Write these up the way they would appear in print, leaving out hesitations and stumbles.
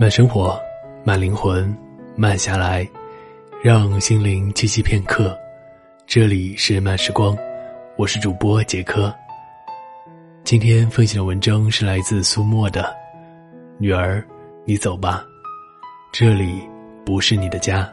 慢生活，慢灵魂，慢下来，让心灵栖息片刻。这里是慢时光，我是主播杰科。今天分享的文章是来自苏沫的女儿，你走吧，这里不是你的家。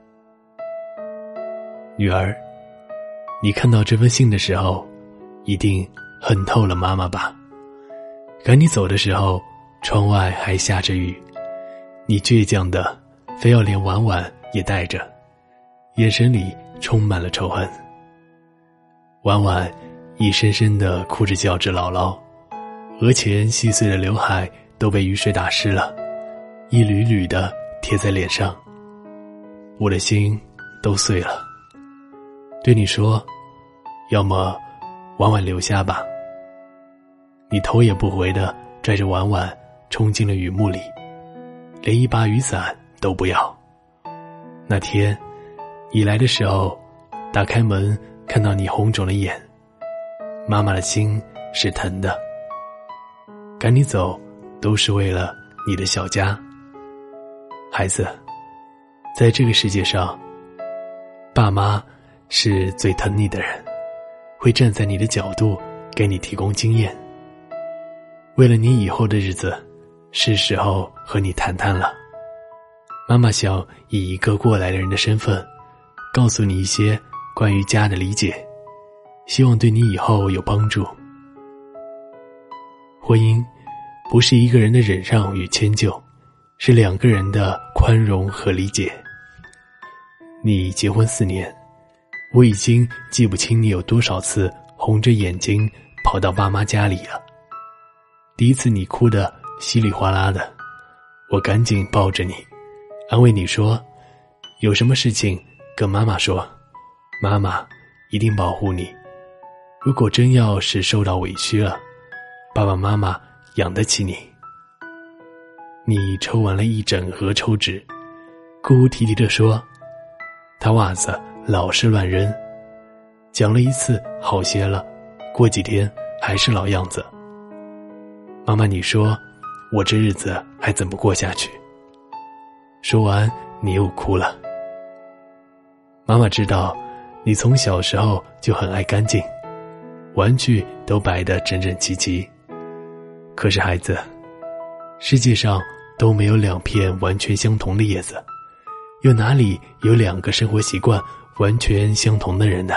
女儿，你看到这封信的时候，一定恨透了妈妈吧？赶你走的时候，窗外还下着雨，你倔强的非要连婉婉也带着，眼神里充满了仇恨。婉婉一声声的哭着叫着姥姥，额前细碎的刘海都被雨水打湿了，一缕缕的贴在脸上，我的心都碎了。对你说，要么婉婉留下吧。你头也不回的拽着婉婉冲进了雨幕里，连一把雨伞都不要。那天你来的时候，打开门看到你红肿了眼，妈妈的心是疼的。赶你走都是为了你的小家。孩子，在这个世界上，爸妈是最疼你的人，会站在你的角度给你提供经验。为了你以后的日子，是时候和你谈谈了。妈妈想以一个过来的人的身份，告诉你一些关于家的理解，希望对你以后有帮助。婚姻不是一个人的忍让与迁就，是两个人的宽容和理解。你结婚4年，我已经记不清你有多少次红着眼睛跑到爸妈家里了。第一次你哭得稀里哗啦的，我赶紧抱着你，安慰你说，有什么事情跟妈妈说，妈妈一定保护你。如果真要是受到委屈了，爸爸妈妈养得起你。你抽完了一整盒抽纸，哭哭啼啼地说，他袜子老是乱扔，讲了一次好些了，过几天还是老样子。妈妈，你说我这日子还怎么过下去？说完你又哭了。妈妈知道你从小时候就很爱干净，玩具都摆得整整齐齐。可是孩子，世界上都没有2片完全相同的叶子，又哪里有2个生活习惯完全相同的人呢？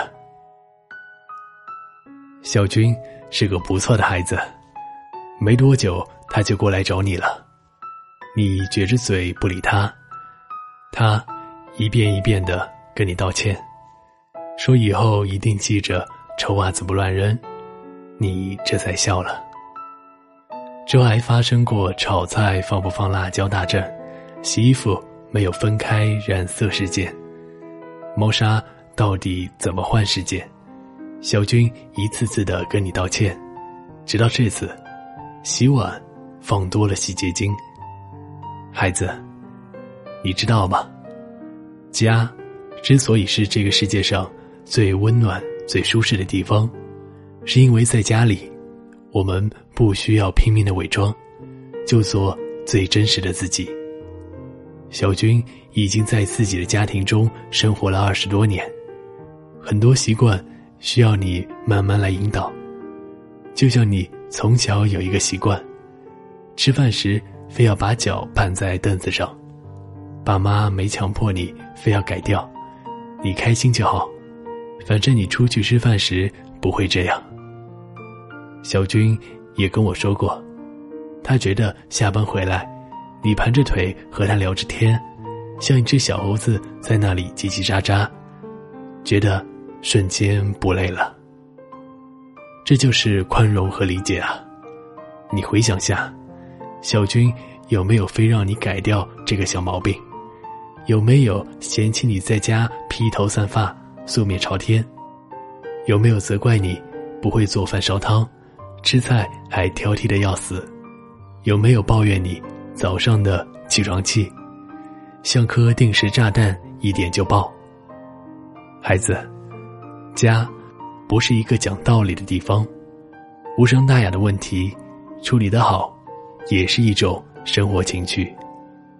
小军是个不错的孩子，没多久他就过来找你了。你撅着嘴不理他，他一遍一遍地跟你道歉，说以后一定记着臭袜子不乱扔。你这才笑了。之后还发生过炒菜放不放辣椒大战，洗衣服没有分开染色事件，猫砂到底怎么换事件，小军一次次地跟你道歉，直到这次洗碗放多了洗洁精。孩子，你知道吗？家之所以是这个世界上最温暖最舒适的地方，是因为在家里我们不需要拼命的伪装，就做最真实的自己。小军已经在自己的家庭中生活了20多年，很多习惯需要你慢慢来引导。就像你从小有一个习惯，吃饭时非要把脚绊在凳子上，爸妈没强迫你非要改掉，你开心就好，反正你出去吃饭时不会这样。小军也跟我说过，他觉得下班回来，你盘着腿和他聊着天，像一只小猴子在那里叽叽喳喳，觉得瞬间不累了。这就是宽容和理解啊！你回想下，小军有没有非让你改掉这个小毛病？有没有嫌弃你在家披头散发、素面朝天？有没有责怪你不会做饭烧汤，吃菜还挑剔得要死？有没有抱怨你早上的起床气像颗定时炸弹，一点就爆？孩子，家不是一个讲道理的地方，无伤大雅的问题处理得好，也是一种生活情趣。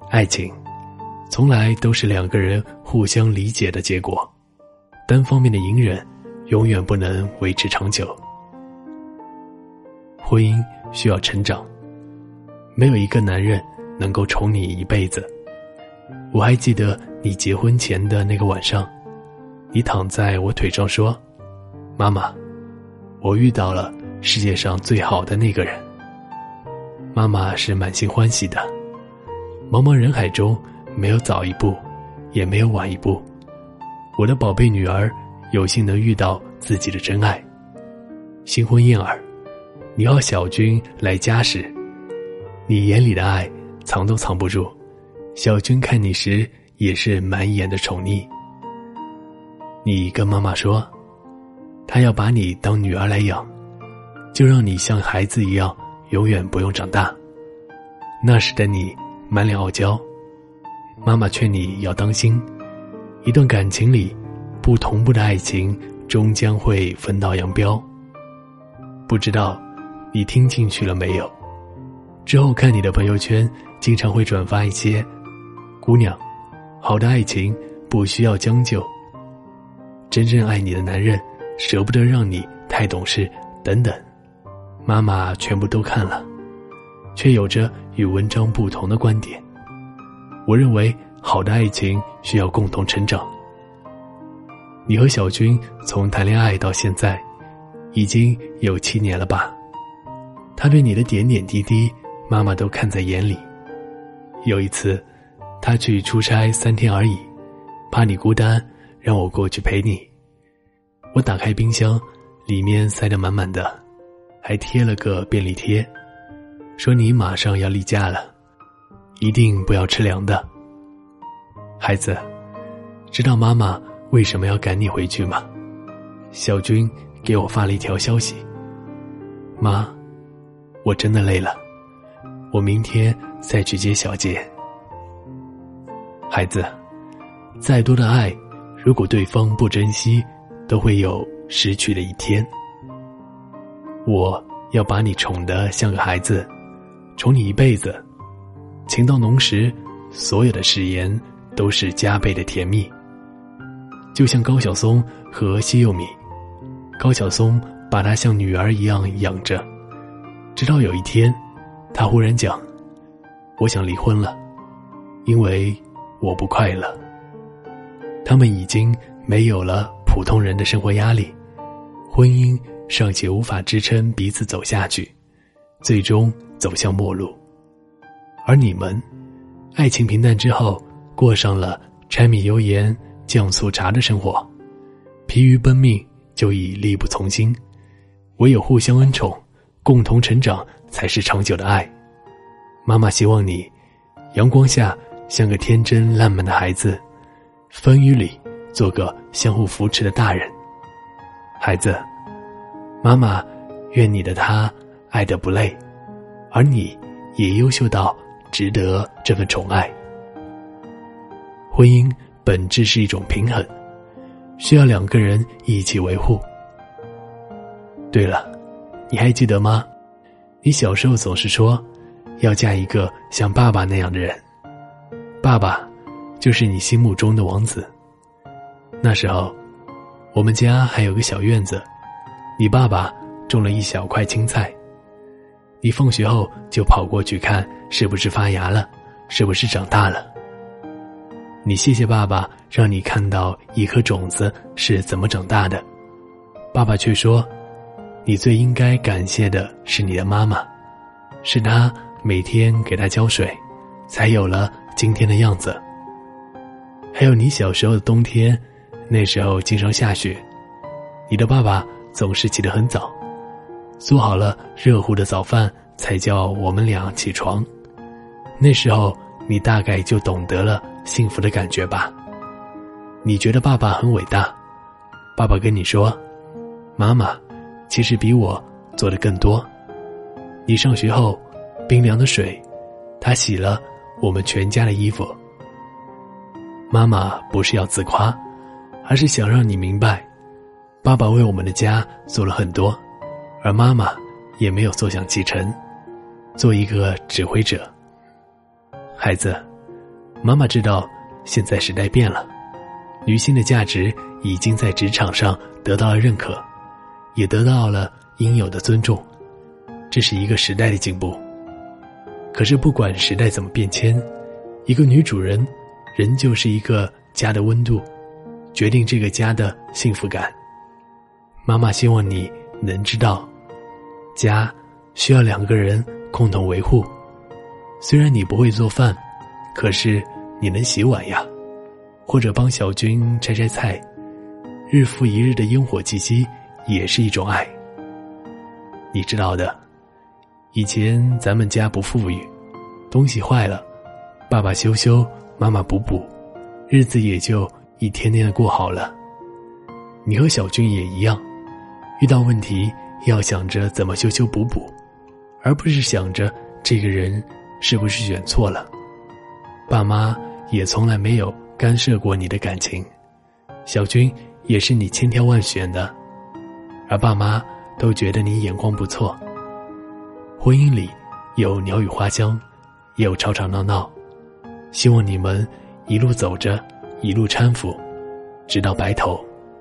爱情从来都是两个人互相理解的结果，单方面的隐忍永远不能维持长久。婚姻需要成长，没有一个男人能够宠你一辈子。我还记得你结婚前的那个晚上，你躺在我腿上说，妈妈，我遇到了世界上最好的那个人。妈妈是满心欢喜的，茫茫人海中没有早一步，也没有晚一步，我的宝贝女儿有幸能遇到自己的真爱。新婚燕尔，你和小军来家时，你眼里的爱藏都藏不住，小军看你时也是满眼的宠溺。你跟妈妈说，她要把你当女儿来养，就让你像孩子一样永远不用长大。那时的你满脸傲娇，妈妈劝你要当心，一段感情里不同步的爱情终将会分道扬镳。不知道你听进去了没有？之后看你的朋友圈经常会转发一些，姑娘，好的爱情不需要将就，真正爱你的男人舍不得让你太懂事等等，妈妈全部都看了，却有着与文章不同的观点。我认为好的爱情需要共同成长。你和小军从谈恋爱到现在已经有7年了吧，他对你的点点滴滴妈妈都看在眼里。有一次他去出差3天而已，怕你孤单，让我过去陪你。我打开冰箱，里面塞得满满的，还贴了个便利贴，说你马上要例假了，一定不要吃凉的。孩子，知道妈妈为什么要赶你回去吗？小军给我发了一条消息，妈，我真的累了，我明天再去接小杰。孩子，再多的爱，如果对方不珍惜，都会有失去的一天。我要把你宠得像个孩子，宠你一辈子。情到浓时，所有的誓言都是加倍的甜蜜。就像高晓松和谢佑米，高晓松把她像女儿一样养着，直到有一天他忽然讲，我想离婚了，因为我不快乐。他们已经没有了普通人的生活压力，婚姻尚且无法支撑彼此走下去，最终走向末路。而你们爱情平淡之后，过上了柴米油盐酱醋茶的生活，疲于奔命就已力不从心，唯有互相恩宠，共同成长才是长久的爱。妈妈希望你阳光下像个天真烂漫的孩子，风雨里做个相互扶持的大人。孩子，妈妈愿你的他爱得不累，而你也优秀到值得这份宠爱。婚姻本质是一种平衡，需要两个人一起维护。对了，你还记得吗？你小时候总是说要嫁一个像爸爸那样的人，爸爸就是你心目中的王子。那时候我们家还有个小院子，你爸爸种了一小块青菜，你放学后就跑过去看是不是发芽了，是不是长大了。你谢谢爸爸让你看到一颗种子是怎么长大的，爸爸却说，你最应该感谢的是你的妈妈，是她每天给她浇水，才有了今天的样子。还有你小时候的冬天，那时候经常下雪，你的爸爸总是起得很早，做好了热乎的早饭才叫我们俩起床。那时候你大概就懂得了幸福的感觉吧。你觉得爸爸很伟大，爸爸跟你说，妈妈其实比我做得更多。你上学后冰凉的水，他洗了我们全家的衣服。妈妈不是要自夸，而是想让你明白，爸爸为我们的家做了很多，而妈妈也没有坐享其成，做一个指挥者。孩子， 妈妈知道现在时代变了，女性的价值已经在职场上得到了认可，也得到了应有的尊重，这是一个时代的进步。可是不管时代怎么变迁，一个女主人仍旧是一个家的温度，决定这个家的幸福感。妈妈希望你能知道，家需要2个人共同维护。虽然你不会做饭，可是你能洗碗呀，或者帮小军摘摘菜，日复一日的烟火气息也是一种爱。你知道的，以前咱们家不富裕，东西坏了，爸爸修修，妈妈补补，日子也就一天天的过好了。你和小军也一样，遇到问题要想着怎么修修补补，而不是想着这个人是不是选错了。爸妈也从来没有干涉过你的感情，小军也是你千挑万选的，而爸妈都觉得你眼光不错。婚姻里有鸟语花香，也有吵吵闹闹，希望你们一路走着，一路搀扶，直到白头。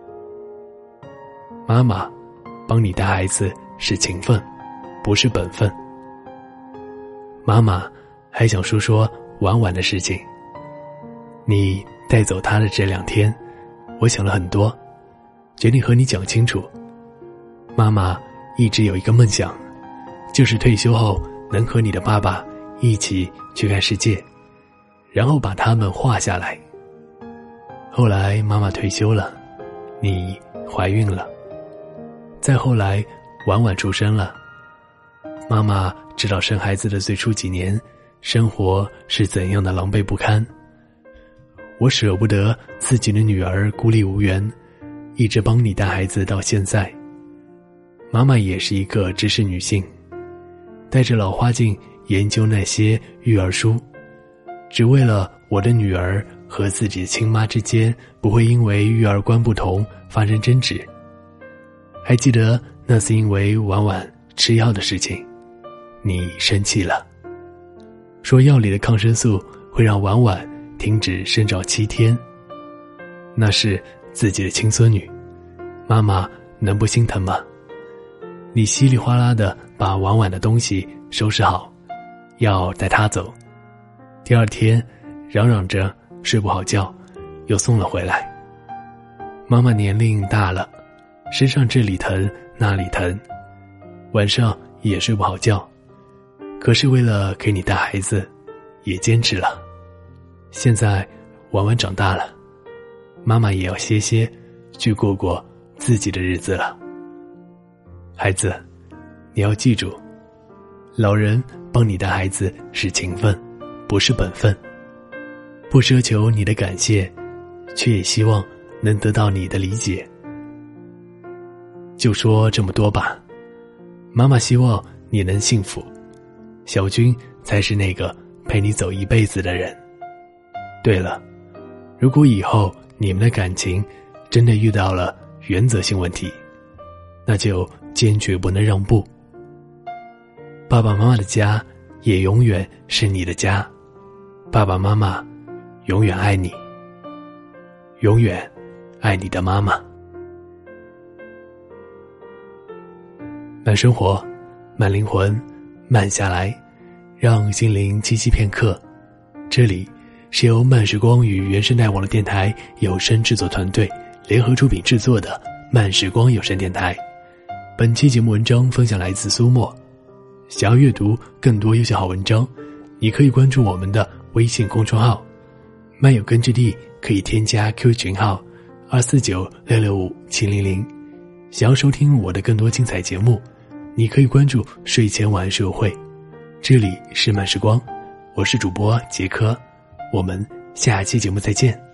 妈妈帮你带孩子是情分，不是本分。妈妈还想说说婉婉的事情。你带走她的这2天，我想了很多，决定和你讲清楚。妈妈一直有一个梦想，就是退休后能和你的爸爸一起去看世界，然后把他们画下来。后来妈妈退休了，你怀孕了，再后来婉婉出生了。妈妈知道生孩子的最初几年，生活是怎样的狼狈不堪。我舍不得自己的女儿孤立无援，一直帮你带孩子到现在。妈妈也是一个知识女性，带着老花镜研究那些育儿书，只为了我的女儿和自己的亲妈之间不会因为育儿观不同发生争执。还记得那次因为婉婉吃药的事情，你生气了，说药里的抗生素会让婉婉停止生长7天。那是自己的亲孙女，妈妈能不心疼吗？你稀里哗啦地把婉婉的东西收拾好，要带她走。第2天嚷嚷着睡不好觉，又送了回来。妈妈年龄大了，身上这里疼那里疼，晚上也睡不好觉，可是为了给你带孩子，也坚持了。现在婉婉长大了，妈妈也要歇歇，去过过自己的日子了。孩子，你要记住，老人帮你带孩子是情分，不是本分。不奢求你的感谢，却也希望能得到你的理解。就说这么多吧，妈妈希望你能幸福，小军才是那个陪你走一辈子的人。对了，如果以后你们的感情真的遇到了原则性问题，那就坚决不能让步。爸爸妈妈的家也永远是你的家，爸爸妈妈永远爱你，永远爱你的妈妈。慢生活，慢灵魂，慢下来，让心灵栖息片刻。这里是由慢时光与原生态网络电台有声制作团队联合出品制作的慢时光有声电台。本期节目文章分享来自苏沫。想要阅读更多优秀好文章，你可以关注我们的微信公众号漫友根据地，可以添加 QQ 群号249665700。想要收听我的更多精彩节目，你可以关注睡前晚社会。这里是慢时光，我是主播杰科，我们下期节目再见。